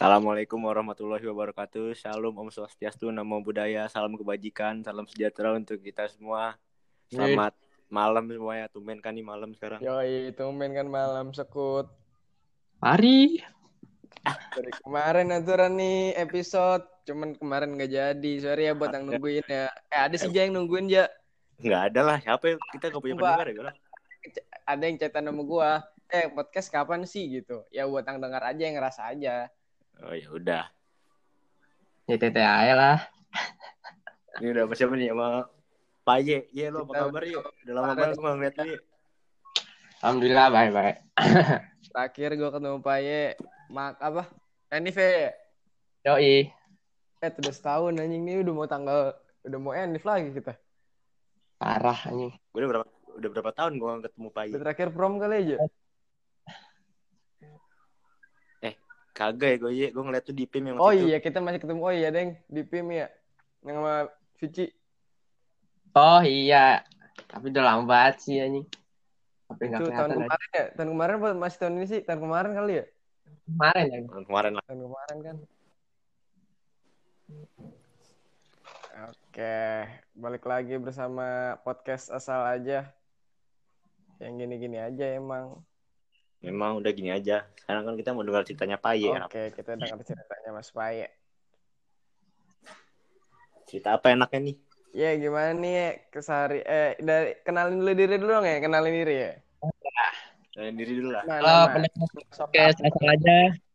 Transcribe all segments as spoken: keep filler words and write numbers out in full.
Assalamualaikum warahmatullahi wabarakatuh. Shalom, Om Swastiastu, Namo Buddhaya, salam kebajikan, salam sejahtera untuk kita semua. Selamat malam semuanya. Tumben kan nih malam sekarang. Yoi, tumben kan malam sekut. Mari. Dari kemarin aturan nih episode, cuman kemarin nggak jadi. Sorry ya buat yang nungguin ya. Eh ada sih aja yang nungguin ya. Nggak ada lah. Siapa ya? Kita nggak punya pendengar ya, Bro? Ada yang chatan sama gua. Eh podcast kapan sih gitu? Ya buat yang dengar aja, yang ngerasa aja. Oh ya udah. Ya tete aja lah. Ini udah siapa nih sama Pak Ye? Ye lo apa kabar Ye? Udah lama banget gua nggak ngeliat lu Ye. Alhamdulillah baik-baik. Terakhir gua ketemu Pak Ye, mak apa? Enif ya? Yoi. Eh udah setahun anjing, nih udah mau tanggal, udah mau Enif lagi kita. Parah anjing. Gue udah berapa udah berapa tahun gua nggak ketemu Pak Ye. Udah terakhir prom kali aja. Eh kagak ya gue Ye, gue ngeliat tuh di P I M yang Oh waktu itu. iya, kita masih ketemu. Oh iya, Deng, di P I M ya. Yang sama Vici. Oh iya. Tapi udah lama banget sih anjing. Tapi enggak Itu tahun kelihatan aja. kemarin ya? Tahun kemarin apa masih tahun ini sih? Tahun kemarin kali ya? Kemarin ya. Tahun kemarin lah. Tahun kemarin kan. Oke, balik lagi bersama podcast asal aja. Yang gini-gini aja emang. Memang udah gini aja. Sekarang kan kita mau dengar ceritanya Pak Ye. Oke, kita dengar ceritanya Mas Paye. Cerita apa enaknya nih? Ya gimana nih kesehari eh dari kenalin dulu diri dulu dong ya, kenalin diri ya. Kenalin diri dulu lah. Mana, Halo, mana? pendengar podcast asal aja.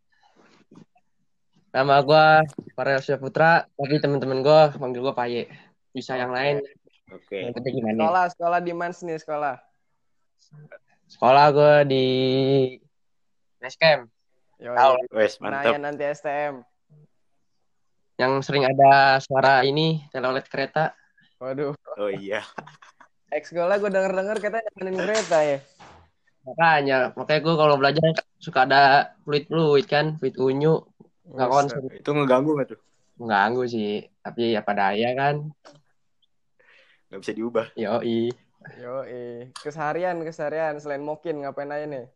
Nama gue Farel Putra, tapi teman-teman gue panggil gue Paye. Bisa yang lain. Oke. Yang penting gimana? Sekolah, sekolah di mana nih sekolah? Sekolah gue di Basecamp. Tahu. Wes, mantap. Nanya nanti S T M. Yang sering ada suara ini telolet kereta. Waduh. Oh iya. Ex sekolah gue denger-denger katanya nemenin kereta ya. Makanya, makanya gue kalau belajar suka ada fluid-fluid kan, fluid unyu. Nggak konsen. Itu ngeganggu nggak tuh? Mengganggu sih, tapi ya pada daya kan. Nggak bisa diubah. Yoi. Yoi. Keseharian, keseharian selain mokin ngapain aja nih?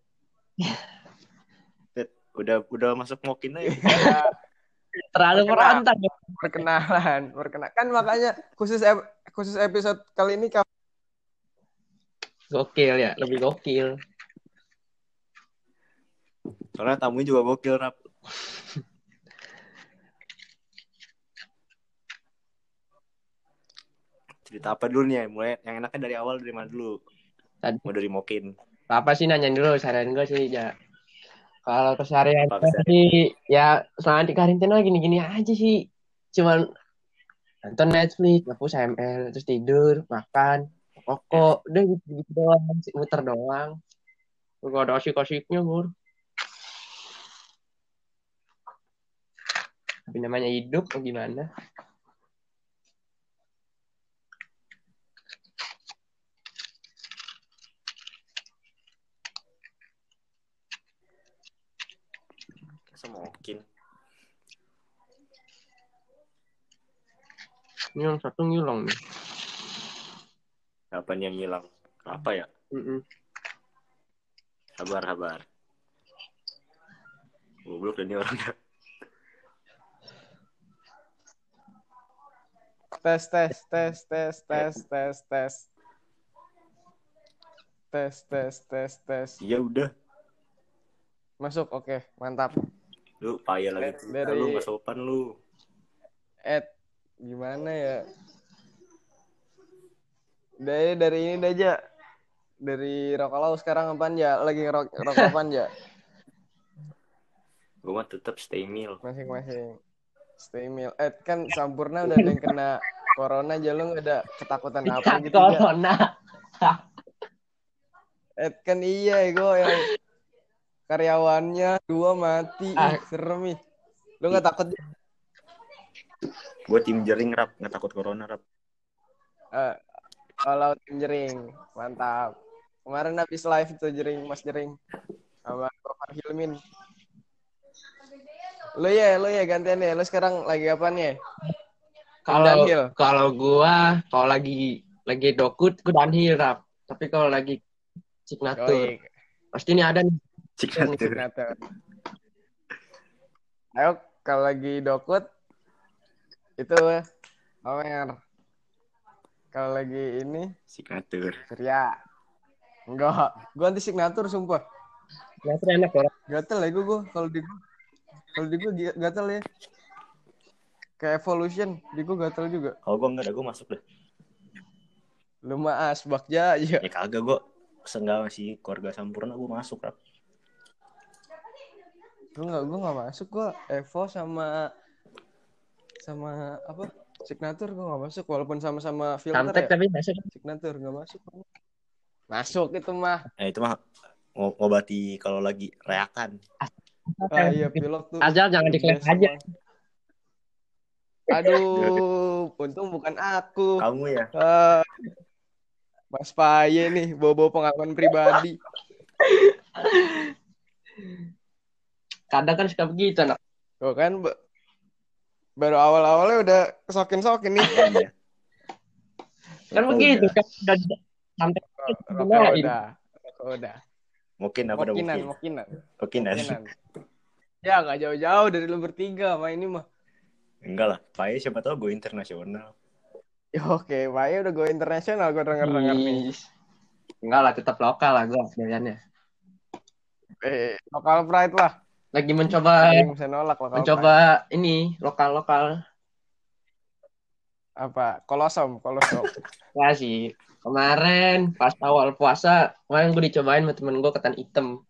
Udah udah masuk mokin aja. Terlalu merontak. Perkenalan, perkenalan. Kan makanya khusus ep- khusus episode kali ini kamu Gokil ya, lebih gokil. Soalnya tamunya juga gokil, Rap. Cerita apa dulu nih? Mulai yang enaknya dari awal dari mana dulu? Tadi. Mau dari mokin. Apa sih nanyain dulu seharian gue sih ya. Kalau keseharian Apa keseharian? sih ya selama di karantina gini-gini aja sih. Cuman nonton Netflix, ngapus M L, terus tidur, makan, rokok, udah gitu-gitu doang, muter doang. Gak ada asik-asiknya, Bur. Tapi namanya hidup, mau gimana? Semokin. Ini yang satu ngilang nih. Apa nih yang hilang? Apa ya? Mm-mm. Sabar, sabar. Goblok dan ini orangnya. tes tes tes tes tes tes tes tes tes tes tes Iya udah. masuk. Oke, mantap. Lu payah lagi. Dari Lu nggak sopan lu. Ed gimana ya? Dari dari ini aja. Dari Rokalau sekarang apaan ya? Lagi ngerok ngerokok apaan ya? Gue mah tetap stay meal. Masing-masing. Stay meal. Ed kan Sampurna udah ada yang kena corona aja, lu nggak ada ketakutan apa gitu ya? Corona. Ed kan iya gue yang karyawannya dua mati. Ih, serem ih. Lu nggak takut? Gue tim jering, Rap, nggak takut corona, Rap. Uh, kalau tim jering mantap. Kemarin habis live itu jering Mas Jering sama Bapak Hilmin. Lu ya, lu ya gantian ya. Lu sekarang lagi apa nih? Kalau kalau gua kalau lagi lagi dokut gua downhill, Rap. Tapi kalau lagi signature pasti ini ada nih signature. signature. Ayo kalau lagi dokut itu Amer. Kalau lagi ini Signatur. Surya. Enggak, gue anti signatur sumpah. Signatur enak ya. Gatel ya gue, gue kalau di gue kalau di gue gatel ya. Kayak Evolution, di gue gatel juga. Kalau gue enggak ada, gue masuk deh. Lu mah asbak aja. Ya kagak, gue seenggak masih keluarga sempurna gue masuk, Rap. Gue nggak, gue nggak masuk. Gue Evo sama sama apa? Signatur gue nggak masuk. Walaupun sama-sama filter Samtek ya. tapi masuk. Signatur nggak masuk. Masuk itu mah. Nah itu mah ng- ngobati kalau lagi reakan. Ah iya pilot tuh. Azal jangan diklaim aja. Aduh, untung bukan aku. Kamu ya? Uh, Mas Paye nih, bawa-bawa pengalaman pribadi. Kadang kan suka begitu, anak. Tuh kan, baru awal-awalnya udah kesokin-sokin nih. Iya. Kan Rokok begitu udah. kan udah sampai Rokok udah, rokok udah. Mungkin apa udah Mokinan, mungkin. mokinan. Mokinan. Mokinan. Ya nggak jauh-jauh dari lu bertiga sama ini mah. Enggak lah, Pak siapa tahu gue internasional. Ya, oke, Paye udah go internasional, gue denger-denger nih. Enggak lah, tetap lokal lah gue pilihannya. Eh, lokal pride lah. Lagi mencoba Yang bisa nolak lokal mencoba pride. ini lokal-lokal. Apa? Kolosom, kolosom. Ya sih. Kemarin pas awal puasa, kemarin gue dicobain sama temen gue ketan hitam.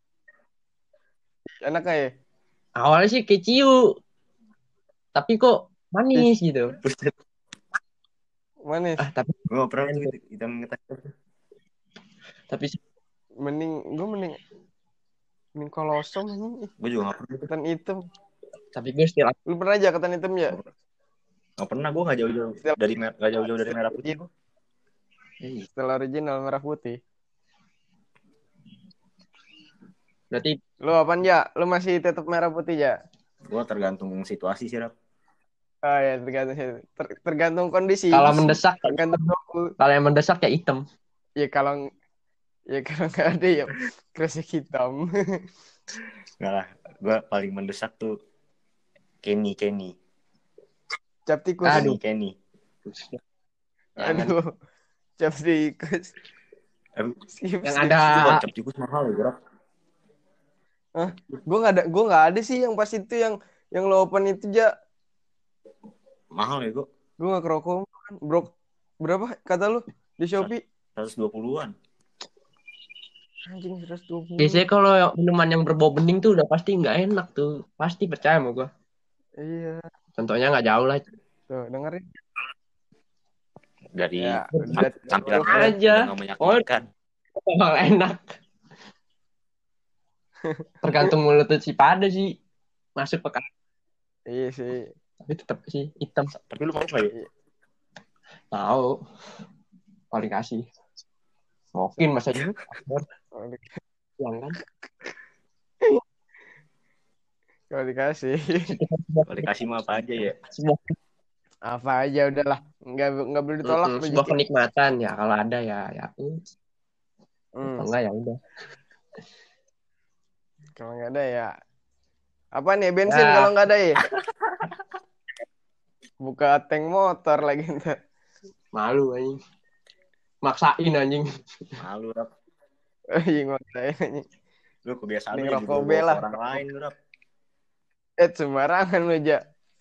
Enak gak ya? Awalnya sih keciu. Tapi kok manis gitu. Manis. Ah, tapi Gue gak pernah tuh hitam ngetak. tapi Mending, gue mending mending kolosom ini. Gue juga gak pernah. Ketan hitam. tapi gue still Lu pernah aja ketan hitam ya? Gak pernah, gue gak jauh-jauh dari mer- gak jauh-jauh dari merah putih gue. Setelah original merah putih. berarti Lu apaan ya? Lu masih tetap merah putih ya? Gue tergantung situasi sih, Rap. Oh ya, tergantung ter, tergantung kondisi. kalau mendesak tergantung kalau yang mendesak ya hitam. ya kalau ya kalau nggak ada ya kresek hitam. Enggak lah, gue paling mendesak tuh Kenny, Kenny. Cap tikus. Aduh. Kenny, Aduh. Cap tikus. Aduh. Skip, Yang skip, ada Itu kalau cap tikus mahal ya, Rap. Hah? Gue nggak ada, gue nggak ada sih yang pas itu yang yang lo open itu aja. Mahal ya, gue. Gue nggak kerokok, bro. Berapa kata lu di Shopee? seratus dua puluhan. Anjing seratus dua puluh. biasanya kalau minuman yang berbau bening tuh udah pasti nggak enak tuh, pasti percaya sama gue. Iya. Contohnya nggak jauh lah. Tuh dengerin. Dari Ya, tam- udah tampilan udah aja. nggak meyakinkan. Emang enak. Tergantung mulut tuh si pada sih masuk pekan. Iya sih. Tapi tetap sih hitam. Tapi lu mau nggak ya? Tahu. Kali kasih. Mungkin masa dulu. Yang kan. Kalau dikasih. Kalau dikasih mah apa aja ya? Sebuah, Apa aja udahlah. Nggak nggak boleh ditolak. mm, sebuah kenikmatan ya kalau ada ya ya. Hmm. Kalau enggak ya udah. Kalau nggak ada ya. Apa nih bensin Ya. kalau nggak ada ya? Buka tank motor lagi ntar. Malu anjing. Maksain anjing. Malu, Rap. Iya ngomongin anjing. Lu kebiasaan Ini lu ngerokok juga be bawa lah. ke orang lain, lu, Rap. Eh sembarangan lu aja.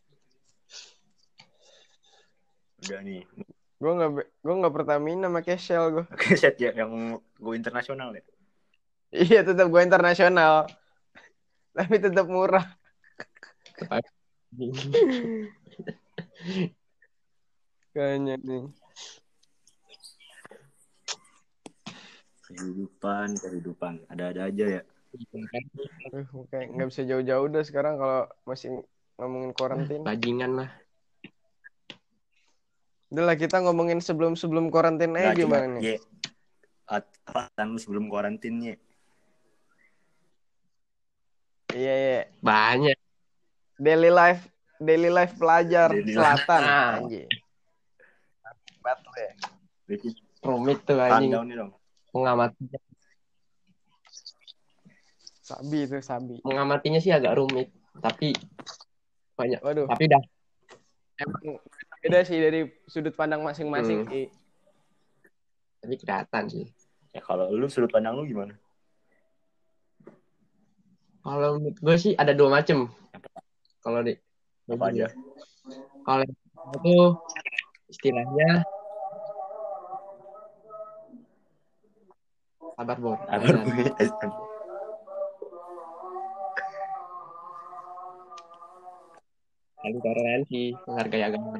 Udah nih. Gue nggak gue nggak Pertamina pakai Shell gue. Oke, set ya yang go internasional ya. Iya tetap gue internasional. Tapi tetap murah. Kayaknya nih. Kehidupan, kehidupan. Ada-ada aja ya. Uh, kayak nggak bisa jauh-jauh dah sekarang kalau masih ngomongin karantin. Bajingan lah. Udah lah kita ngomongin sebelum-sebelum karantin aja Nggak, cuma, gimana nih? Ye, at- apa lu sebelum karantinnya? Iya iya. Banyak. Daily life, daily life pelajar Daily selatan. life. Anjing. Batu ya. Bikin Rumit tuh anjing. rundown nih dong. Mengamatinya, Sabi itu sabi. mengamatinya sih agak rumit. Tapi banyak. Waduh. Tapi dah. Emang beda sih dari sudut pandang masing-masing. Hmm. Tapi kelihatan sih. Ya kalau lu sudut pandang lu gimana? Kalau menurut gue sih ada dua macam. Kalau di Apa aja? Kalau itu istilahnya sabar bor. Sabar Sabar. gue. Lalu toleransi, menghargai agama.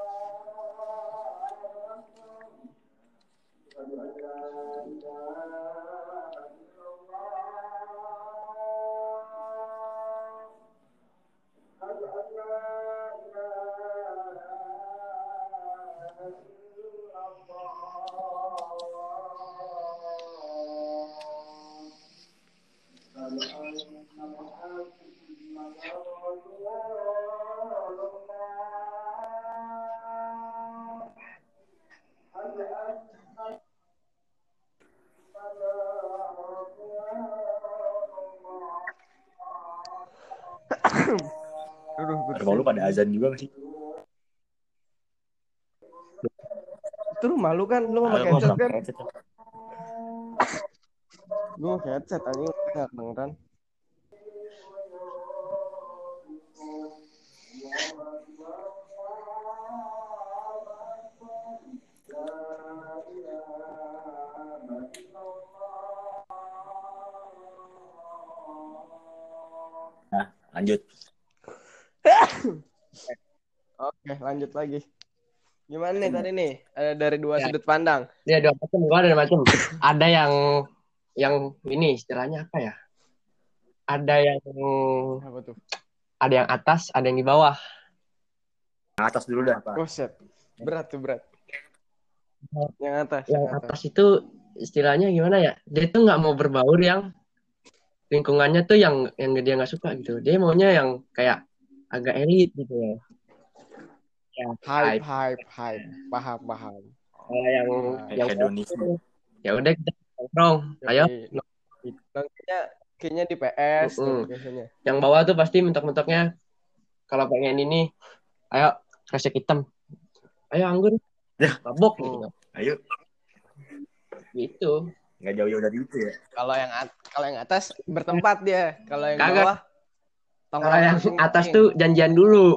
Aduh, Rumah lu pada azan juga gak sih? itu rumah lu kan, lu mau Ah, pakai gua headset pakai kan? headset. Lu pakai headset anjing enggak kedengeran. Nah, lanjut. Oke, lanjut lagi. Gimana nih tadi nih? Ada dari dua Ya. sudut pandang. Dia dua macam, gua ada macam. Ada yang yang ini istilahnya apa ya? Ada yang Apa tuh? ada yang atas, ada yang di bawah. Yang atas dulu dah, Pak. Oh, shit. Berat tuh, berat. Yang atas, Yang yang atas. atas itu istilahnya gimana ya? Dia tuh nggak mau berbaur yang lingkungannya tuh yang yang dia nggak suka gitu. Dia maunya yang kayak agak elit gitu ya. Ya, Hype, hype. hype, hype. Paham, paham. Kalau yang Nah, yang hedonisme. ya udah kita nongkrong. Ayo. Kayaknya kayaknya di P S tuh Mm-mm. biasanya. Yang bawah tuh pasti mentok-mentoknya kalau pengen ini, ayo kresek hitam. Ayo anggur. Ya. Mabok gitu. Ayo. Gitu. Nggak jauh-jauh dari itu ya. Kalau yang at- kalau yang atas bertempat dia. Kalau yang Kagak. bawah Kalau yang masing-masing. atas tuh janjian dulu.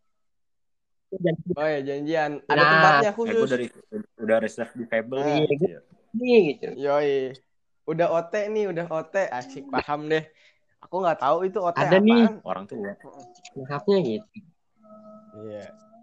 Oh ya, janjian. Ada Nah. tempatnya Eh, gue khusus. dari udah reserve di Fable Nah. gitu ya. Nih gitu. Yoi. Udah O T nih, udah O T. Asik, paham deh. Aku nggak tahu itu O T Ada apaan. nih. Orang tua. Haknya gitu. Iya.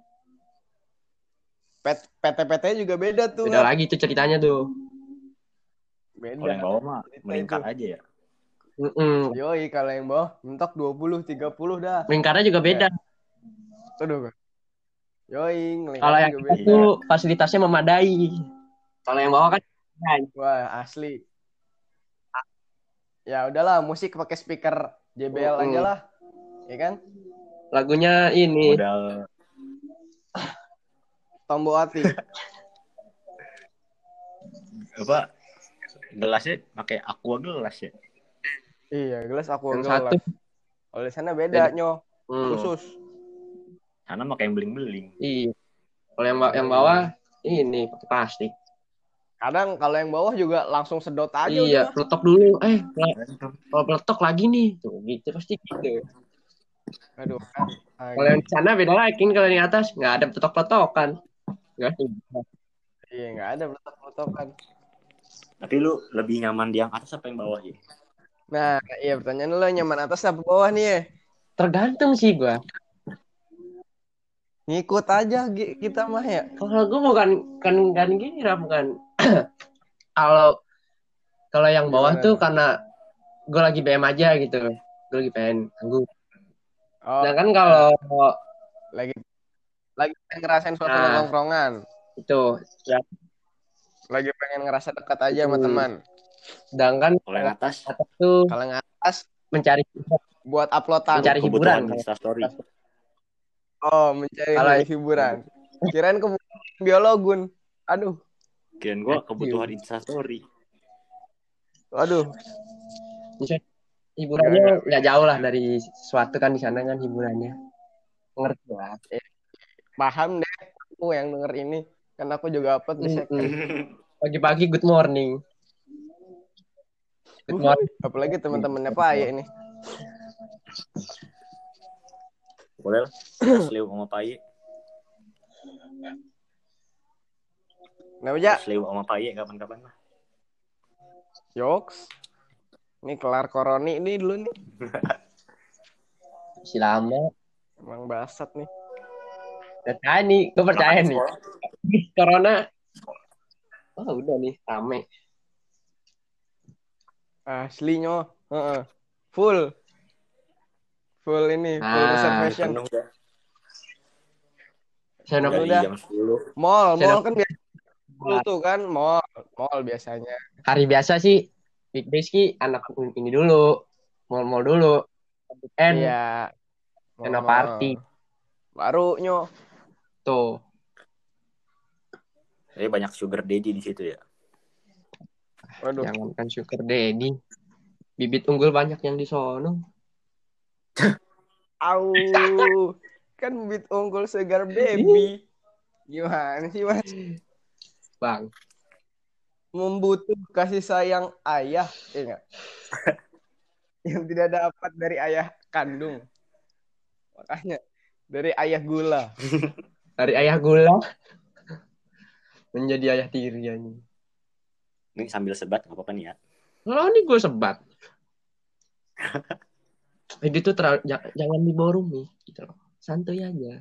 P T P T juga beda tuh. Beda Ngap. lagi tuh ceritanya tuh. Beda. Kalau yang bawah mah Cerita melingkar itu. aja ya. Mm-mm. Yoi, kalau yang bawah mentok dua puluh, tiga puluh dah. Lingkarnya juga beda. Aduh. Yoi, Kalau yang juga atas beda. tuh fasilitasnya memadai. Kalau yang bawah kan Wah, asli. Ya udahlah, musik pakai speaker J B L Mm-mm. aja lah. Ya kan? lagunya ini. Modal Tombo hati. apa? Gelasnya pakai aqua gelas ya. Iya, gelas aku Yang gelas. satu. Kalau di sana beda, Beda. nyo. Hmm. Khusus. Sana pakai yang beling-beling. Iya. Kalau yang, ba- yang bawah ini pakai plastik. Kadang kalau yang bawah juga langsung sedot aja Iya, udah. peletok dulu. Eh, kalau peletok lagi nih. Tuh, gitu pasti gitu. Aduh, kan. Kalau yang di sana beda lagi. Kalau yang di atas nggak ada peletok-peletokan. Nggak sih. Iya, nggak ada peletok-peletokan. Tapi lu lebih nyaman di yang atas apa yang bawah ya? Nah, iya pertanyaan lo nyaman atas apa bawah nih ya? Tergantung sih gua. Ngikut aja gi- kita mah ya. Kalau gua bukan kan kan gini Ram kan. Kalau kalau yang bawah Gimana tuh tuh? karena gua lagi B M aja gitu. Gua lagi pengen anggur. Oh, Nah kan kalau lagi lagi pengen ngerasain suasana Nah. tongkrongan. itu ya, Lagi pengen ngerasa dekat aja sama Hmm. teman. sedangkan Kalau yang atas atas tuh Kalau yang atas mencari buat uploadan. Mencari kebutuhan hiburan. Instastory. Oh, mencari Kalau- hiburan. Kirain kebutuhan biologun. Aduh, Kirain gua kebutuhan Instastory. aduh. hiburannya nggak jauh lah dari sesuatu kan di sana kan hiburannya. Ngerti lah. Eh, paham deh aku yang denger ini. Kan aku juga upload di second. Mm-mm. Pagi-pagi good morning. Good Uhuy, morning. apalagi teman-temannya Pak ya ini. Boleh lah. Asli sama Paye. Kenapa aja? Asli sama Paye kapan-kapan lah. Yoks. Ini kelar koroni ini dulu nih. Si lama. Emang basat nih. Percaya nih, gue percaya Kapan nih. sekolah? Corona. Oh udah nih, rame. Aslinya. Heeh. Full. Full ini, full Ah, reservation. Penuh dah. Senop Dari udah. jam sepuluh. Mall, mall Senop. kan biasa dulu tuh kan, mall, mall biasanya. Hari biasa sih weekdays ki anak ini dulu. Mall-mall dulu. And Iya. Senop Mall. party. Baru nyo. Tuh. Jadi banyak sugar daddy di situ ya. Waduh. Jangankan sugar daddy. Bibit unggul banyak yang di sono. Au. Kan bibit unggul segar baby. Gimana sih, Mas? Bang. Membutuh kasih sayang ayah, ya enggak? Yang tidak dapat dari ayah kandung. Makanya dari ayah gula. Dari ayah gula menjadi ayah tiri ini. Ini sambil sebat nggak apa-apa nih ya. Kalau ini gue sebat. Jadi tuh terlalu, jangan diborong nih, gitu loh. Santuy aja.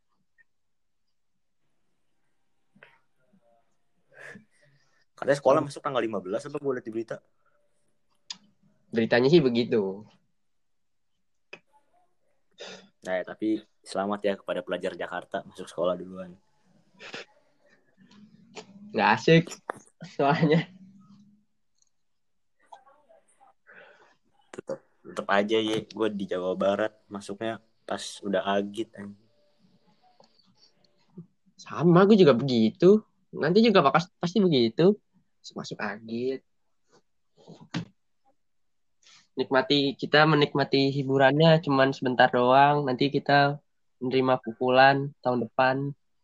Katanya sekolah masuk tanggal lima belas apa gue lihat di berita. Beritanya sih begitu. Nah, ya, tapi selamat ya kepada pelajar Jakarta masuk sekolah duluan. Nggak asik soalnya. Tetap tetap aja ya gue di Jawa Barat masuknya pas udah agit. Sama gue juga begitu. Nanti juga bakal pasti begitu. Masuk agit. Nikmati kita menikmati hiburannya cuman sebentar doang. Nanti kita menerima pukulan tahun depan.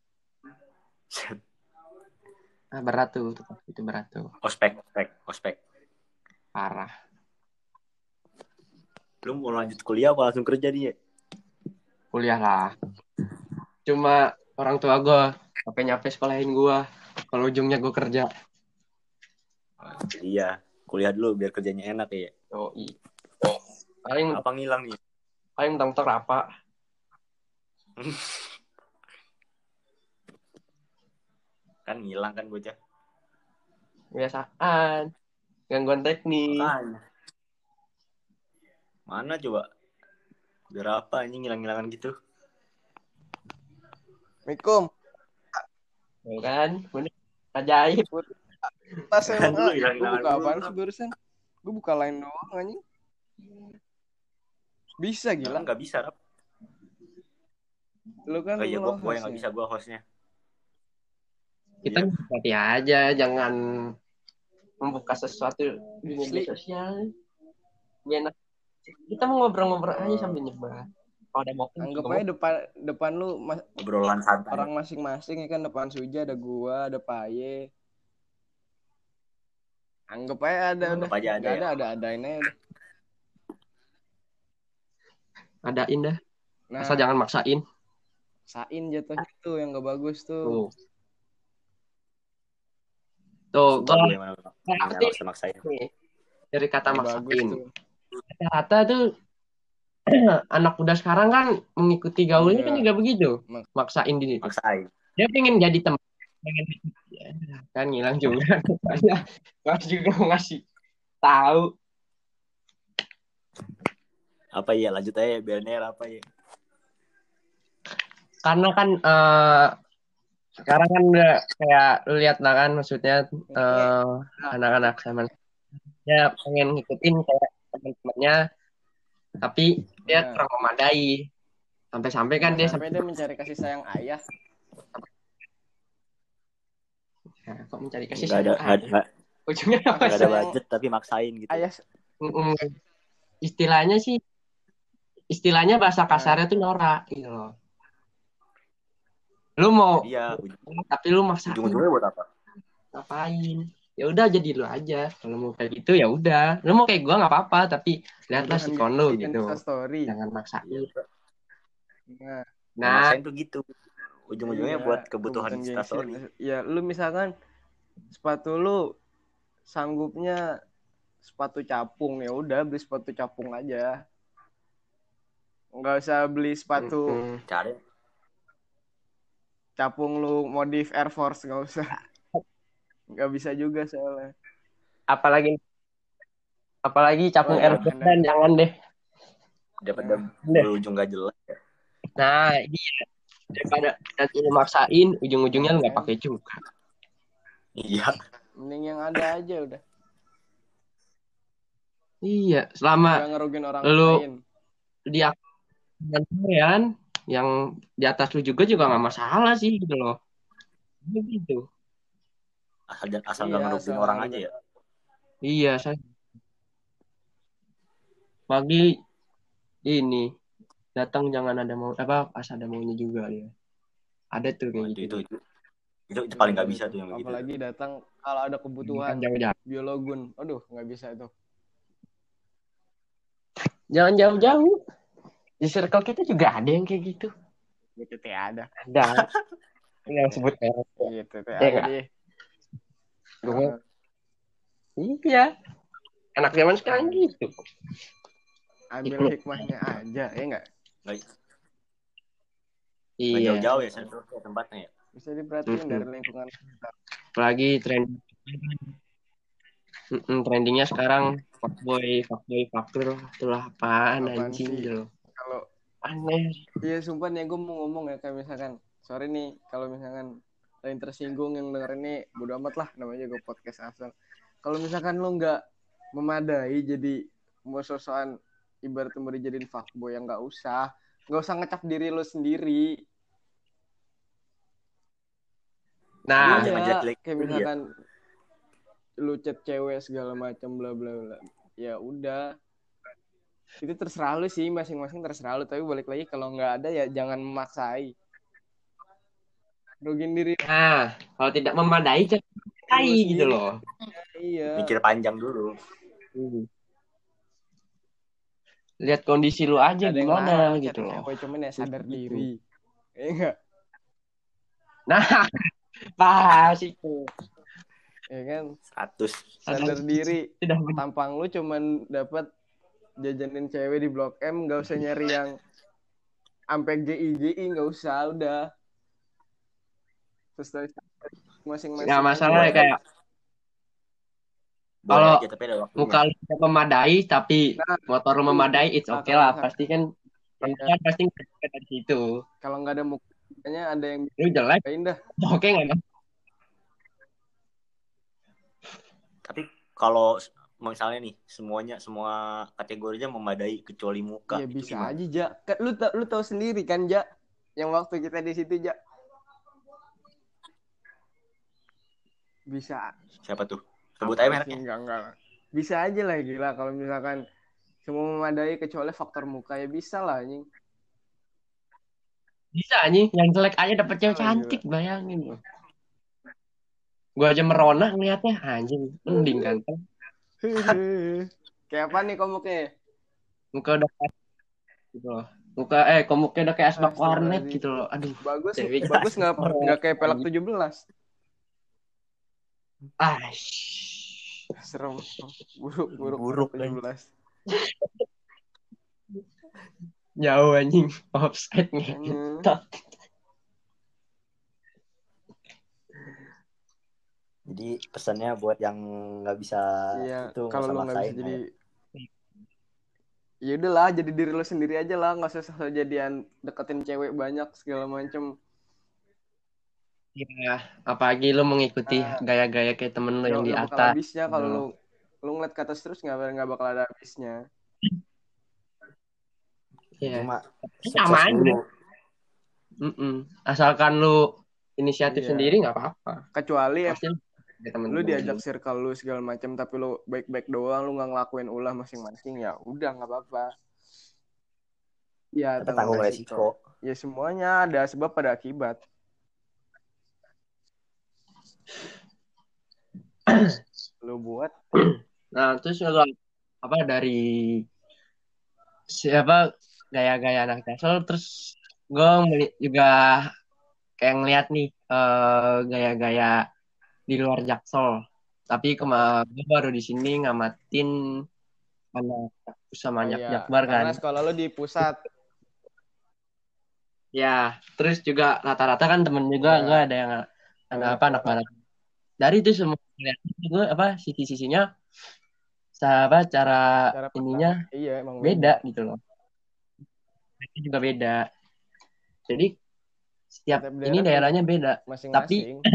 Ah, berat tuh, itu berat tuh. Ospek, ospek, ospek. Parah. Lu mau lanjut kuliah apa langsung kerja dia? Kuliah lah. Cuma orang tua gue nyampe-nyampe sekolahin gue. Kalau ujungnya gue kerja. Iya, kuliah dulu biar kerjanya enak ya. Oh, iya. Paling apa ngilang nih? Paling mentok apa? Kan ngilang kan bocah. Biasaan. Gangguan teknis. Makanya. Mana coba? Biar apa ini ngilang-ngilangan gitu? Assalamualaikum. Ya kan? Bener. Ajaib. Tas emang dulu gue hilang-hilangan buka dulu. apaan sih barusan? Gue buka line doang anjing. Bisa gila. Enggak bisa, Rap. Lu kan Oh iya, lo gue yang nggak hostnya. bisa, gue hostnya. Kita Iya. hati aja, jangan membuka sesuatu di media Asli. sosial. Biar enak. Kita mau ngobrol-ngobrol aja sambil nyebar. Kalau ada mau Anggap aja depan depan lu mas, Obrolan santai. orang masing-masing ya kan, depan Suja ada gua, ada Paye. Anggap aja ada Anggap udah. aja ada Nggak ya. ada ada adain aja udah. ada indah. Nah, Asal jangan maksain. sain jatuhnya tuh yang gak bagus tuh. Tuh. Tuh, Sumpah gua gue yang mana- ngerti yang maksa-maksain. nih. Dari kata Yang bagus maksain. tuh. Rata-rata tuh anak muda sekarang kan mengikuti gaulnya Iya. kan juga begitu. Mak- Maksain diri. Maksain. Dia pengen jadi teman. Pengen ya, kan ngilang juga. Mas juga mau ngasih tahu. Apa ya, lanjut aja biar ner apa ya. Karena kan eh, sekarang kan udah kayak lu lihat lah kan, maksudnya eh, anak-anak sama dia pengen ngikutin kayak teman-temannya, tapi dia Nah. kurang memadai. Sampai-sampai kan dia Sampai dia mencari kasih sayang ayah. Nah, kok mencari kasih Enggak ada sayang. enggak ada, Ujungnya apa nggak sih? ada sayang. budget tapi maksain gitu. Ayah Mm-mm. istilahnya sih istilahnya bahasa Nah, kasarnya tuh norak gitu loh. Lu mau Iya, ujung, tapi lu maksain ujung-ujungnya buat apa? ngapain? Ya udah jadi lu aja. Kalau mau kayak gitu ya udah. Lu mau kayak gua nggak apa-apa, tapi lihatlah kebutuhan sikon lu gengsi dan gitu. instastory. Jangan Iya, maksain. Nah, yang Nah, maksain tuh gitu. Ujung-ujungnya iya, buat kebutuhan kebutuhan gengsi dan instastory. ya lu misalkan sepatu lu sanggupnya sepatu capung, ya udah beli sepatu capung aja. Nggak usah beli sepatu mm-mm. Cari. capung lu modif Air Force, nggak usah. Nggak bisa juga soalnya. apalagi apalagi Oh capung ya, Air Daripada, Jordan jangan deh. daripada nah, Udah. berujung gak jelas. Ya. Nah, ini daripada nanti lu maksain ujung-ujungnya nah lu nggak kan. pakai juga. Iya. Mending yang ada aja udah. Iya, selama Nggak ngerugin orang lu lain. di kan yang di atas lu juga juga nggak masalah sih gitu loh. Gitu. Asal, asal Iya, gak asal ngerugiin nggak orang aja ngerugin. ya. Iya, saya pagi ini datang jangan ada mau apa pas ada maunya juga dia. Ada tuh Oh, kayak itu, gitu itu, tuh. itu, itu, itu Nggak paling gak boleh bisa tuh. tuh yang begitu. Apalagi datang kalau ada Ini kan kebutuhan jauh-jauh. biologun. Aduh, nggak bisa itu. Jangan jauh-jauh. Di circle kita juga ada yang kayak gitu. Gitu teh ada. Ada yang sebut merek. Gitu teh Ya ada nggak? deh. Gue, Heeh. iya. Anak zaman sekarang Am- gitu. ambil Ikut. hikmahnya aja, ya nggak? Nggak, nggak Iya. jauh-jauh ya sensornya tempatnya ya. Bisa diperhatiin Mm-mm. dari lingkungan kita. Apalagi tren mm-mm, trendingnya sekarang fuckboy, fuckboy, fucker. Itulah apaan Apaan anjing sih? gitu loh. Kalau Aneh. iya sumpah nih gue mau ngomong ya kayak misalkan sorry nih kalau misalkan lain tersinggung yang denger ini bodo amat lah namanya gue podcast asal. Kalau misalkan lo nggak memadai jadi mau sosokan ibarat mau dijadiin fuckboy yang nggak usah nggak usah ngecap diri lo sendiri. Jangan Nah, aja Iya ngejelek kayak dia. misalkan lu chat cewek segala macam bla bla bla ya udah itu terserah lu sih masing-masing terserah lu tapi balik lagi kalau nggak ada ya jangan memaksai rugiin diri nah, kalau tidak memadai jangan memadai lu gitu sendiri. loh. Iya. Mikir panjang dulu. Hmm. Lihat kondisi lu aja Ada yang gimana larang chat gitu loh. cewek cuman ya sadar Gitu. diri. Iya enggak? Nah, pas itu. Ya kan? Status. Sadar diri. Sudah Tampang lu cuman dapat jajanin cewek di Blok M, enggak usah nyari yang sampai G I G I enggak usah, udah. Sesuai masing-masing nggak masalah aja. ya kayak Boleh kalau aja tapi ada waktunya. muka lu tidak memadai tapi Nah, motor lu memadai it's nah, okay kalau lah misalkan, pasti kan iya, perempuan pasti nggak dari situ. kalau nggak ada mukanya ada yang Lu jelek bisa dah. oke nggak mas? Tapi kalau misalnya nih semuanya semua kategorinya memadai kecuali muka Iya itu bisa gimana? aja, Ja. Kan lu ta- lu tahu sendiri kan, Ja? Yang waktu kita di situ, Ja. Bisa. Siapa tuh? Sebut Apa aja sih? mereknya. Enggak, enggak. Bisa aja lah gila kalau misalkan semua memadai kecuali faktor muka ya bisa lah anjing. Bisa nih yang jelek aja dapet cewek Bisa lah, cantik bayangin loh. Gua aja merona ngeliatnya anjing mending ganteng Kayak apa nih komuknya? muka udah kayak gitu loh. Muka eh komuknya udah kayak asbak warnet Astagfirullahaladzim. gitu loh. Aduh, Bagus, cewek bagus nggak cantik. nggak kayak pelak tujuh belas. Ah, Serem. Buruk, buruk, Buruk, tujuh belas. jauh anjing offside ngentot. Jadi pesannya buat yang nggak bisa Iya, itu nggak kalau usah lu nggak bisa maksain jadi ya. ya udahlah jadi diri lu sendiri aja lah, nggak usah sosok jadian deketin cewek banyak segala macem. Iya, apalagi lu mengikuti Nah, gaya-gaya kayak temen lu yang di nggak bakal atas. habisnya kalau gitu. lu lu ngeliat ke atas terus nggak nggak bakal ada habisnya. Iya. Cuma Sama sukses aja. dulu. Mm-mm. Asalkan lu inisiatif Iya. sendiri nggak apa-apa. Kecuali Pasti teman-teman. Lu diajak circle lu segala macam tapi lu baik-baik doang, lu nggak ngelakuin ulah masing-masing, ya udah nggak apa-apa. Ya Kita tanggung resiko. Ya semuanya ada sebab pada akibat. Lu buat. Nah terus kalau apa dari siapa gaya-gaya anak Jaksel, terus gue juga kayak ngeliat nih uh, gaya-gaya di luar Jaksel. Tapi kemarin gue baru di sini ngamatin anak sama anak Oh, iya. Jakbar kan. Karena sekolah lu di pusat. Ya, terus juga rata-rata kan temen juga Ya. gue ada yang anak apa anak barat. Dari itu semua lihat gue apa sisi-sisinya apa cara, Cara ininya iya, emang beda, beda gitu loh. Itu juga beda. Jadi setiap Setiap ini daerah daerahnya beda. masing-masing. Tapi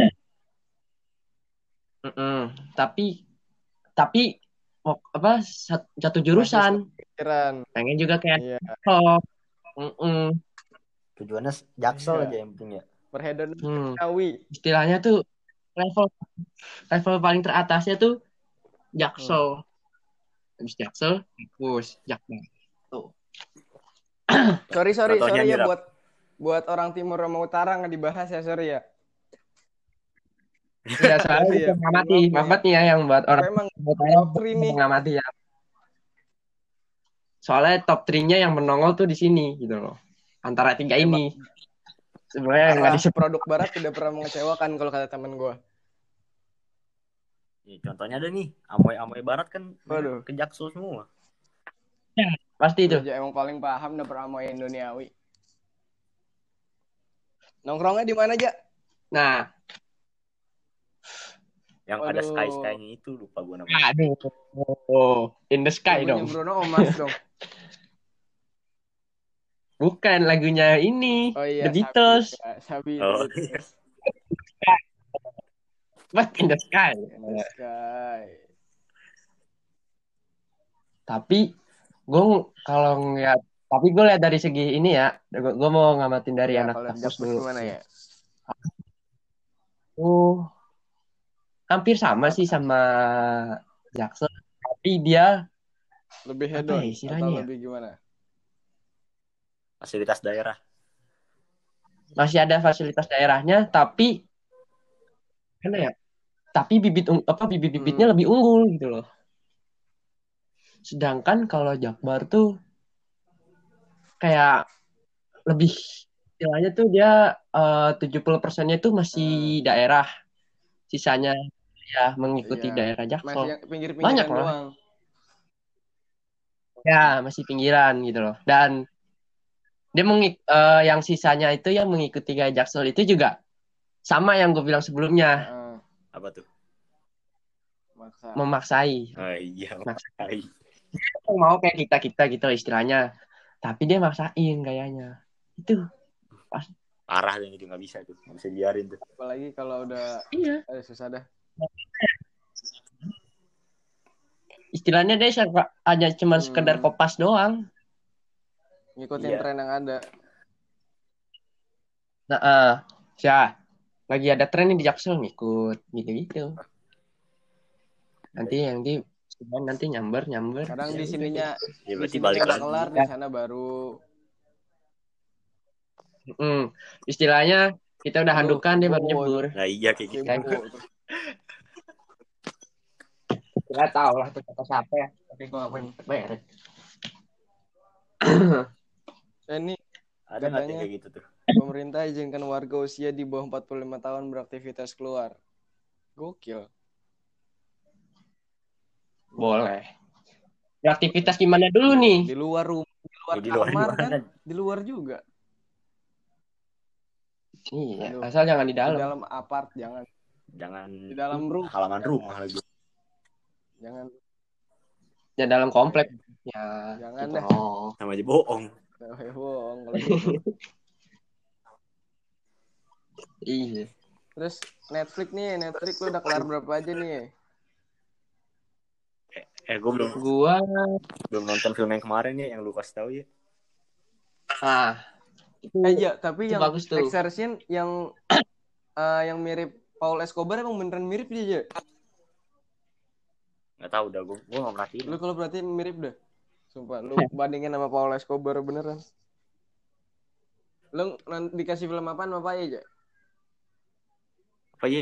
tapi tapi oh, apa satu jurusan. Pengen juga kayak iya. oh. Mm-mm. Tujuannya Jaksel Iya. aja yang penting ya. Perheadan Hmm. Kawi. Istilahnya tuh level level paling teratasnya tuh Jaksel. Hmm. Habis Jaksel, terus Jakbar. Tuh. sorry sorry Contohnya sorry ya nih, Rap. buat buat orang timur sama utara nggak dibahas ya, sorry ya. Iya, soalnya Sorry ya. mengamati, Maaf, maaf nih ya yang buat orang Emang utara top three nih. mengamati ya. Soalnya top three-nya yang menongol tuh di sini gitu loh. Antara tiga Emang. ini. Sebenarnya nggak disebut. Produk barat tidak pernah mengecewakan kalau kata teman gue. Ya, contohnya ada nih, Amoy-Amoy Barat kan Waduh. ke Jaksel semua. Ya, pasti itu. Lu emang paling paham dah Amoy Indoniawi. Nongkrongnya di mana aja? Nah, yang Waduh. ada sky-sky-nya itu lupa gue namanya. Aduh. Oh, in the sky lagunya dong. Bruno Omas dong. Bukan lagunya ini. Oh iya, The Beatles. Sabi. Oh, iya. What in the sky? In the sky. Tapi gue kalau ngeliat, tapi gue lihat dari segi ini ya, gue mau ngamatin dari ya, anak kampus dulu. Gimana ya? Oh, hampir sama sih sama Jaksel, tapi dia lebih hedon ya, atau lebih gimana? Fasilitas daerah. Masih ada fasilitas daerahnya, tapi mana ya? Tapi bibit apa bibit-bibitnya hmm. lebih unggul gitu loh. Sedangkan kalau Jakbar tuh kayak lebih istilahnya tuh dia uh, tujuh puluh persennya tuh masih hmm. daerah. Sisanya ya mengikuti iya. daerah Jaksel. Masih pinggir-pinggiran banyak loh. Doang. Ya, masih pinggiran gitu loh. Dan dia mengik uh, yang sisanya itu yang mengikuti gaya Jaksel itu juga sama yang gue bilang sebelumnya. Uh, Apa tuh? Maksa. Memaksai. Oh iya, memaksai. Dia mau kayak kita-kita gitu istilahnya. Tapi dia maksain gayanya. Itu pas. Parah dan itu nggak bisa tuh, nggak bisa biarin tuh. Apalagi kalau udah iya. eh, susah dah. Istilahnya dia hanya cuma hmm. sekedar kopas doang. Ngikutin yeah. tren yang ada. Nah, uh, ya lagi ada tren di Jaksel ngikut gitu-gitu. Nanti yang di nanti nyamber nyamber. Kadang di sininya ya, berarti balik udah kelar di sana baru. Hmm, istilahnya kita udah handukan dia baru nyebur. Nah iya kayak gitu. Kita tahu lah itu kata siapa ya. Tapi gue gak pengen bayar. Ini ada nggak kayak gitu tuh? Pemerintah izinkan warga usia di bawah empat puluh lima tahun beraktivitas keluar. Gokil. Boleh. Beraktivitas gimana dulu nih? Di luar rumah, di luar ya, di luar kamar kan? Di luar juga. Iya, Aduh. Asal jangan di dalam. Di dalam apart jangan. Jangan di dalam rumah. Halaman rumah lagi. Jangan. Ya dalam komplek. Ya. Jangan dah. Oh. Sama aja bohong. Sama aja bohong kalau gitu. Iya. Terus Netflix nih, Netflix lu udah kelar berapa aja nih? Eh, eh gue belum. Gua belum nonton film yang kemarin ya, yang lu kasih tahu ya. Ah. Eh, iya, tapi yang Exorcist yang uh, yang mirip Paul Escobar emang beneran mirip dia aja? Nggak tahu dah, gue gue nggak merhatiin. Lu kalau perhatiin mirip dah. Sumpah, lu bandingin sama Paul Escobar beneran. Lu nanti dikasih film apaan apa aja? Apa ya?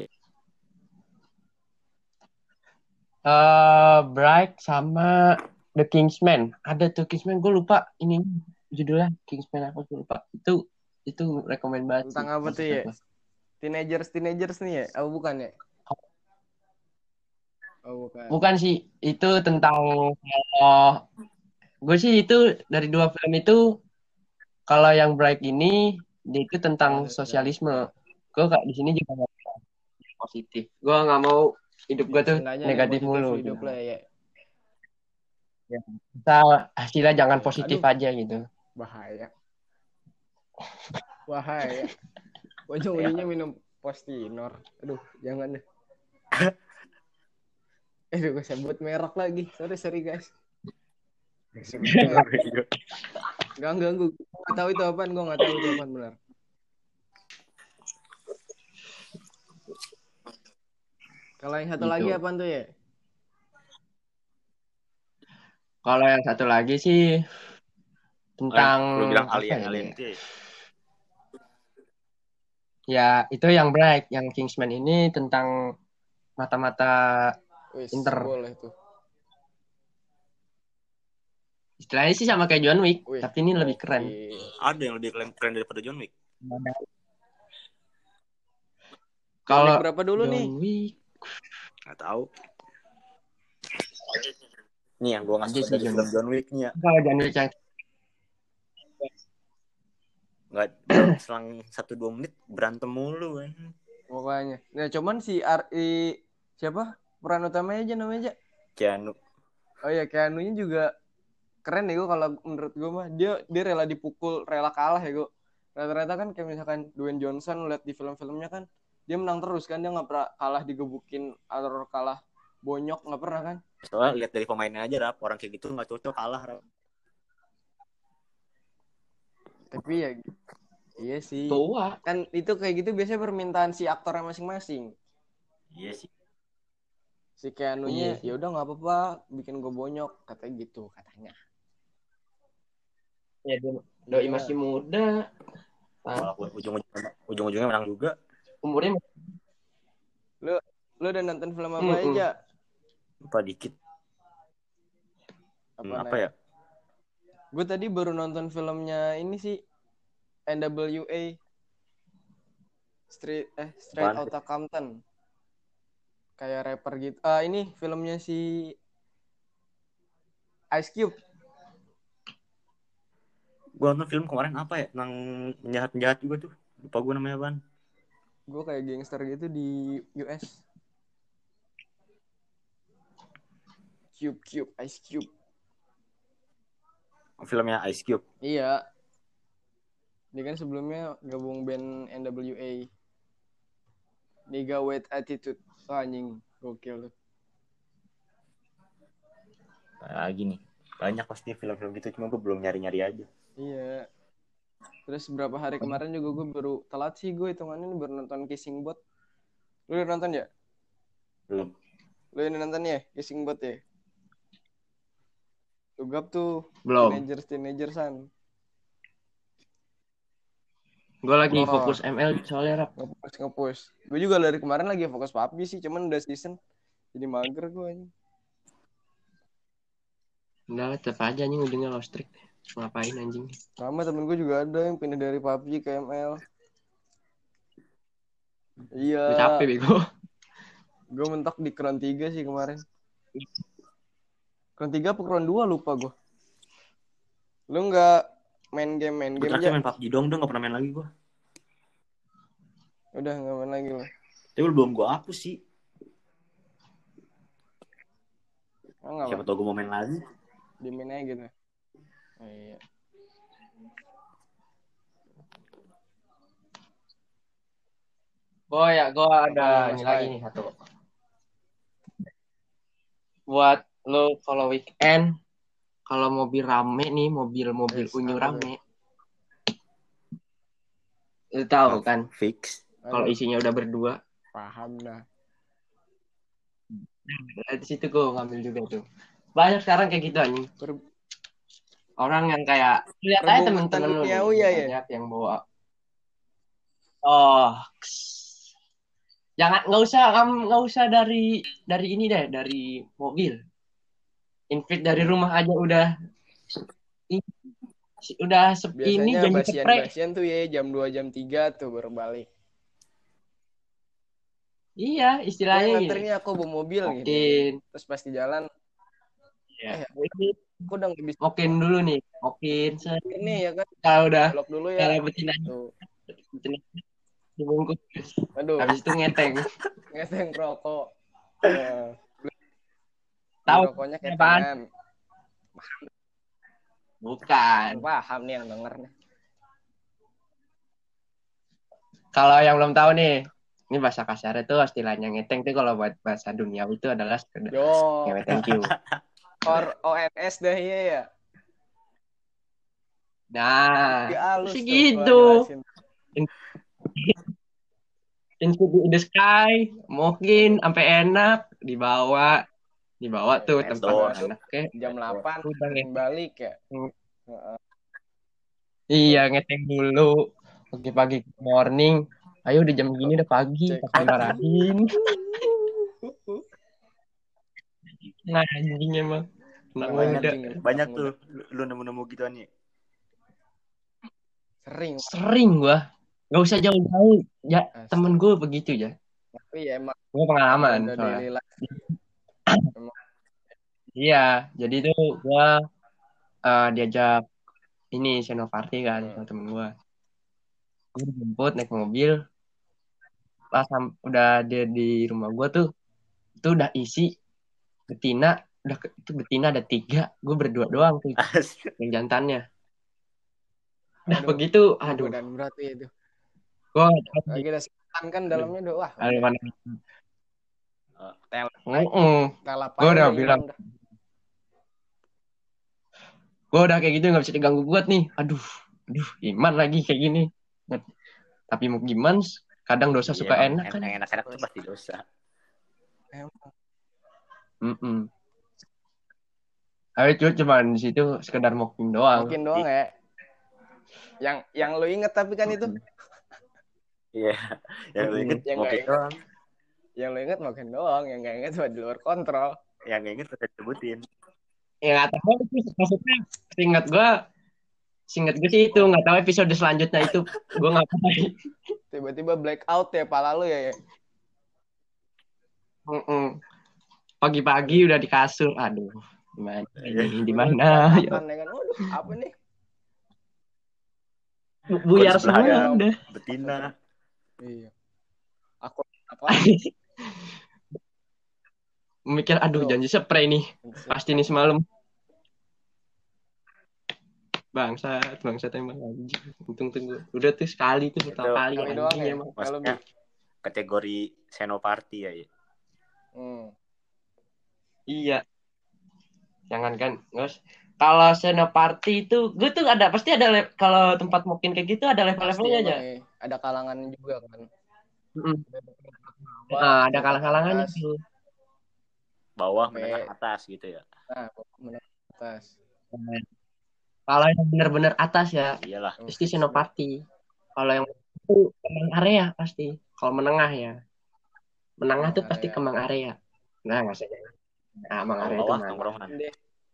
Eh, Bright sama The Kingsman. Ada tuh Kingsman, gue lupa ini judulnya Kingsman apa gue lupa. Itu itu rekomend banget. Tentang sih. apa tuh ya? Teenagers, teenagers nih ya? Oh bukan ya? Oh bukan. Bukan sih, itu tentang uh, gue sih itu dari dua film itu, kalau yang Bright ini dia itu tentang sosialisme. Gue kak di sini juga nggak positif. Gue nggak mau hidup gue tuh Seenggaknya negatif positif mulu. hidup Gitu. lah ya. Ya, kita hasilnya jangan Ya, positif aduh. aja gitu. Bahaya. Bahaya. Ujung-ujungnya minum Postinor. Aduh, jangan deh. Eh, gue sebut merek lagi. Sorry, sorry guys. Gak ganggu. Gue gak tahu itu apaan. Gue gak tahu itu apaan benar. Kalau yang satu Gitu. lagi apaan tuh ya? Kalau yang satu lagi sih tentang oh, lu bilang apa alien ya, alien dia? itu ya? Ya itu yang Bright, yang Kingsman ini tentang mata-mata Wis, inter. boleh tuh. Istilahnya sih sama kayak John Wick, Wih, tapi ini oke. lebih keren. Ada yang lebih keren, keren daripada John Wick. Kalau berapa dulu John nih? Wick nggak tahu. Nih yang gue ngasih dari John film John Wick nih ya. Kalau John Wick yang Nggak, selang satu dua menit berantem mulu kan. Pokoknya. Nah, cuman si R I siapa? Peran utamanya aja namanya aja. Keanu. Oh iya, Keanu-nya juga keren ya gue kalau menurut gue mah. Dia dia rela dipukul, rela kalah ya gue. Rata-rata kan kayak misalkan Dwayne Johnson lihat di film-filmnya kan dia menang terus kan, dia nggak pernah kalah digebukin atau kalah bonyok, nggak pernah kan. Soalnya lihat dari pemainnya aja Rap, orang kayak gitu nggak cocok kalah Rap. Tapi ya iya sih. tua. Kan itu kayak gitu biasanya permintaan si aktornya masing-masing. Iya sih. Si Keanu-nya Iya. ya udah nggak apa-apa bikin gue bonyok katanya gitu katanya. Ya doi Iya. masih muda. Walaupun ujung-ujungnya, ujung-ujungnya menang juga. Umurnya Lu lu udah nonton film apa Mm-mm. aja? Apa dikit. Apa, Hmm, apa ya? Gue tadi baru nonton filmnya ini sih N W A Street eh Straight Apaan? Outta Compton. Kayak rapper gitu. Ah ini filmnya si Ice Cube. Gue nonton film kemarin apa ya? Tentang penjahat-penjahat juga tuh. Lupa gue namanya apaan. Gue kayak gangster gitu di U S. Cube Cube Ice Cube. Filmnya Ice Cube. Iya. Dia kan sebelumnya gabung band N W A. Nigga with Attitude. Oh, anjing, gokil tuh. Lagi nih. Banyak pasti film-film gitu, cuma gue belum nyari-nyari aja. Iya. Terus beberapa hari kemarin juga gue baru telat sih gue hitungannya baru nonton Kissing Booth. Lu udah nonton ya? Belum. Lu udah nonton ya Kissing Booth ya? Lu gap tuh. Belum. Teenagers Teenagersan. Gue lagi Oh. fokus M L soalnya Rap. Ngepush ngepush. Gue juga dari kemarin lagi fokus P U B G sih, cuman udah season jadi mager gue anjing. Udah lah, tetap aja nih ujungnya lost streak. Ngapain anjing? Sama temen gue juga ada yang pindah dari P U B G ke M L. Iya. Gue capek bego. Gue mentok di Crown tiga sih kemarin. Crown tiga apa Crown dua lupa gue. Lu nggak main game main Gue game terakhir aja? main P U B G dong, udah gak pernah main lagi gue. Udah nggak main lagi lo. Tapi belum gue hapus sih. Oh, nggak Siapa apa. tau gue mau main lagi. Di main aja gitu. Oh, iya. Gue ya, gue ada Apa, ini Mas lagi Pai? nih satu. Buat lo kalau weekend, kalau mobil rame nih, mobil-mobil Yes, unyu apa rame. Lo tahu kan? Fix. Kalau isinya udah berdua, Paham dah. Dari situ gue ngambil juga tuh. Banyak sekarang kayak gitu anjing. Per- Orang yang kayak lihat aja Perbumbutan temen-temen lu nih, duniawi ya, ya? banyak yang bawa. Oh, jangan nggak usah nggak usah dari dari ini deh, dari mobil. Invite dari rumah aja udah i- udah sep- ini Biasanya janji spray. basian-basian tuh ya jam dua jam tiga tuh baru balik. Iya, Gue istilahnya yang gini. nganternya aku bawa mobil gitu. Mokin. Terus pas di jalan, Ya. eh aku udah nggak bisa Mokin dulu nih, mokin. Set. nih ya kan. Kalau udah Belok dulu ya. kalau betinanya Tuh. betinanya dibungkus. Aduh, Habis itu ngeteng. ngeteng rokok. Ya. Beli Tahu rokoknya apaan? ketengan. Bukan. Paham nih yang denger nih. Kalau yang belum tahu nih, ini bahasa kasar itu istilahnya ngeteng tuh kalau buat bahasa dunia itu adalah sekedar Yo, ngewe thank you. or O N S dah ya ya. Nah, Di halus sih tuh, gitu. gua jelasin. Into in the sky, mungkin sampai enak dibawa, dibawa tuh Let's tempat go. enak kayak Jam delapan udah ngeteng. balik ya. Hmm. Heeh. Iya ngeteng dulu pagi-pagi morning. Ayo udah jam gini udah pagi, Check tapi out. marahin. Nah anjing emang. Anak Nah, Banyak, muda. anjing, anak banyak muda. tuh lu, lu nemu-nemu gituan ya. Sering. Sering gua. Gak usah jauh-jauh. Ya Asli. temen gue begitu ya. Tapi ya emang Gue pengalaman udah soalnya. daily life. Emang Iya, jadi tuh gue uh, diajak ini senoparty kan Hmm. sama temen gue. Gue dijemput naik mobil. Pas sam- udah dia di rumah gue tuh, itu udah isi betina. Udah ke- itu betina ada tiga. Gue berdua doang tuh Asli. yang jantannya. Udah Aduh, begitu, aduh aduh. dan berat ya itu. Gue Lagi ada setan kan dalamnya udah wah. aduh mana. Uh, tel Mm-mm. telap Gue aja udah hilang bilang, dah. gue udah kayak gitu nggak bisa diganggu buat nih. Aduh, aduh, iman lagi kayak gini. Tapi mau gimana? Kadang dosa Iya, suka emang enak kan. en- enak-enak tuh pasti dosa. Emang. Mm-mm. Ayo cuy, cuman di situ sekedar mocking doang. Mungkin doang ya. Yang yang lu inget tapi kan itu. Iya, yang lu inget Yang mau nggak inget. doang. Yang lu inget makin doang, yang nggak inget mah di luar kontrol. Yang nggak inget udah sebutin. Ya nggak tahu sih, maksudnya seingat gue, seingat gue sih itu nggak tahu episode selanjutnya itu gue ngapain. Tiba-tiba blackout ya pala lu ya. ya. Mm-mm. Pagi-pagi udah di kasur, aduh, gimana ini, di Udah mana? Ya, berantakan ya kan. Waduh, apa nih? bu- buyar Kok di sebelah semua ada udah. betina. Iya. Aku apa? Mikir, aduh Aduh. janji spray nih, pasti nih semalam. Bangsat, bangsat emang anjing. Untung tunggu, udah tuh sekali tuh pertama Itu kali Kali doang anjing ya. emang. Nggak lebih. Maksudnya kategori senoparty ya, ya. Hmm. Iya, jangan kan, Gus. Kalau senoparty itu, gue tuh ada pasti ada le- kalau tempat mungkin kayak gitu ada Pasti level-levelnya aja. emang ya. Ada kalangan juga kan. Mm-mm. Bawah, Nah, ada ke kalah-kalangannya atas. tuh. Bawah, Oke. menengah, atas gitu ya. Nah, bawah, menengah, atas. Nah, kalau yang benar-benar atas ya, Iyalah. Hmm. pasti senoparty. Kalau yang itu kemang area pasti. Kalau menengah ya, menengah Kemang tuh pasti area. kemang area. Nah, nggak usah jangan. Nah, kemang Kalau area itu bawah mana? tongkrongan. Deh.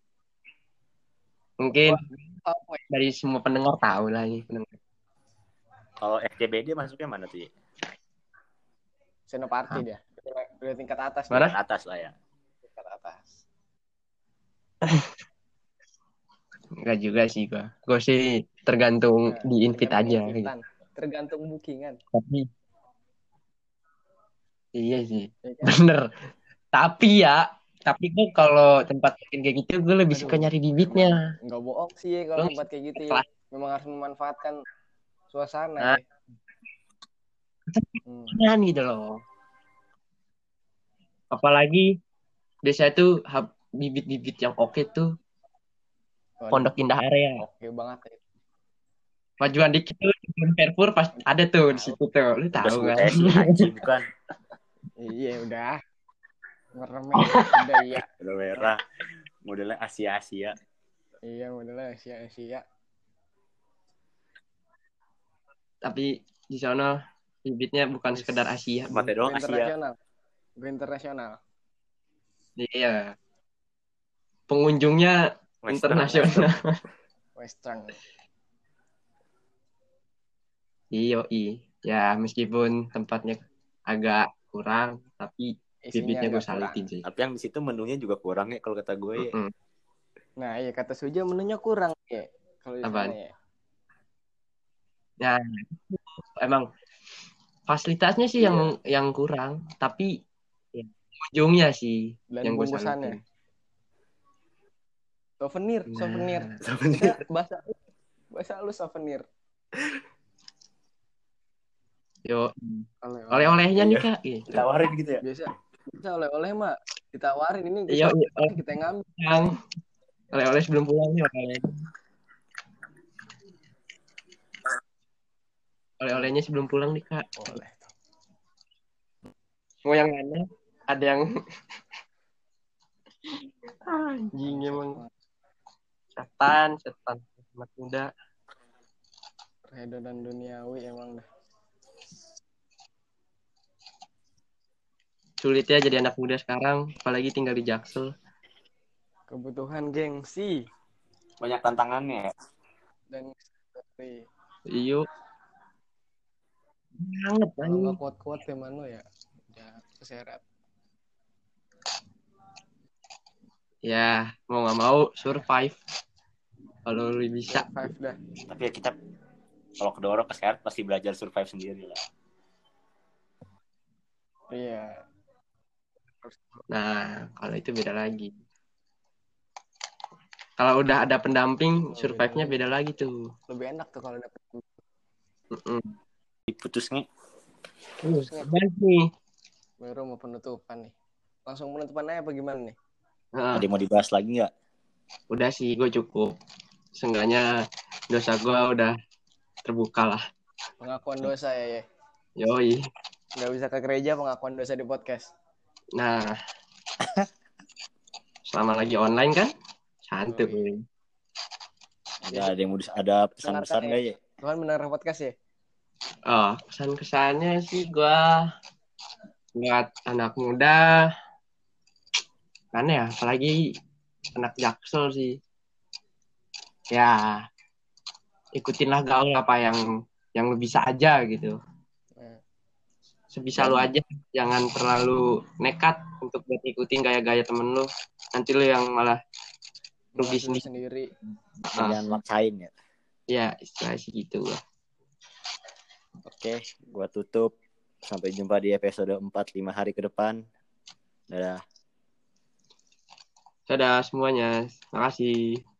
Mungkin Wah, apa ya? dari semua pendengar tahu lah ini pendengar. Kalau S C B D masuknya mana tuh ya? Senoparty Hah? dia. Udah, udah tingkat atas. Mana? dia. Atas lah ya. Tingkat atas. Enggak juga sih gua. Gua sih tergantung Nah, di invite tergantung aja gitu. invitan. Tergantung bookingan. Tapi iya sih. Ya kan? Bener. Tapi ya, tapi gue kalau tempat kayak gitu gue lebih Aduh, suka nyari bibitnya. Nggak bohong sih ya kalau Lu tempat kayak gitu ya. kelas. Memang harus memanfaatkan suasana Nah. ya. Hmm. Kan gitu loh. Apalagi desa itu hab- bibit-bibit yang oke tuh Waduh, Pondok Indah area. oke banget ya. Majuan dikit tuh sebelum Carrefour pas ada tuh di situ tuh. Lu Udah tahu sebut kan? aja sih Haji bukan. Iya udah. Warna merah udah iya. Warna merah. Modelnya Asia-Asia. Iya modelnya Asia-Asia. Tapi di sana bibitnya bukan Wis. sekedar Asia. Tempatnya doang Asia. Internasional. Go internasional. Iya. Pengunjungnya Western, internasional. Western. Iya, iya. Ya meskipun tempatnya agak kurang, tapi Isinya bibitnya gue nggak kurang. salutin sih. Tapi yang di situ menunya juga kurang ya kalau kata gue ya. Mm-mm. Nah iya kata Suja menunya kurang ya. Kalau di Apaan? sana ya. Ya, emang fasilitasnya sih Iya. yang yang kurang, tapi ya, ujungnya sih Dan yang gue bungkusannya. salutin. Souvenir, Nah, souvenir. Souvenir. Kita bahasa bahasa lu souvenir. Yo, Oleh-oleh. oleh-olehnya nih Iya. Kak. Gitu. Ditawarin gitu ya. Biasa bisa oleh-oleh mah ditawarin ini Iya, iya, oleh- kita ngambil. yang oleh-oleh sebelum pulang nih oleh oleh-olehnya sebelum pulang nih Kak. Boleh. Mau yang mana? Ada yang anjing emang setan, setan anak muda. Redo dan duniawi emang dah. Sulitnya jadi anak muda sekarang, apalagi tinggal di Jaksel. Kebutuhan gengsi Banyak tantangannya ya. dan seperti Iyo. Banget kalau anjing. nggak kuat-kuat teman lo ya udah keseret. Ya, mau nggak mau survive. Kalau lu bisa. Five dah. Tapi ya kita kalau kedorong ke sekarang pasti belajar survive sendiri lah. Iya. Nah, kalau itu beda lagi. Kalau udah ada pendamping, survive-nya beda lagi tuh. Lebih enak tuh kalau dapet. Mm-mm. Diputus nih. Uh, banget nih. Baru mau penutupan nih. Langsung penutupan aja apa gimana nih? Nah, Ada yang mau dibahas lagi nggak? udah sih, gue cukup. Seenggaknya dosa gue udah terbuka lah. Pengakuan dosa ya ya. Yoi. Nggak bisa ke gereja pengakuan dosa di podcast. Nah, selama lagi online kan, santuy. Ada, ada yang mau dis- ada pesan-pesan nggak ya? Tuhan mendengar podcast ya? Oh, pesan-kesannya sih gue buat anak muda, kan ya, apalagi anak Jaksel sih. Ya, ikutinlah gaul apa yang yang lu bisa aja gitu. Sebisa lu aja, jangan terlalu nekat untuk buat ikutin gaya-gaya temen lu. Nanti lu yang malah rugi Malas diri sendiri. sendiri. Jangan maksain ya. Ya, istilah sih gitu lah. Oke, gua tutup. Sampai jumpa di episode empat lima hari ke depan. Dadah. Dadah semuanya. Makasih.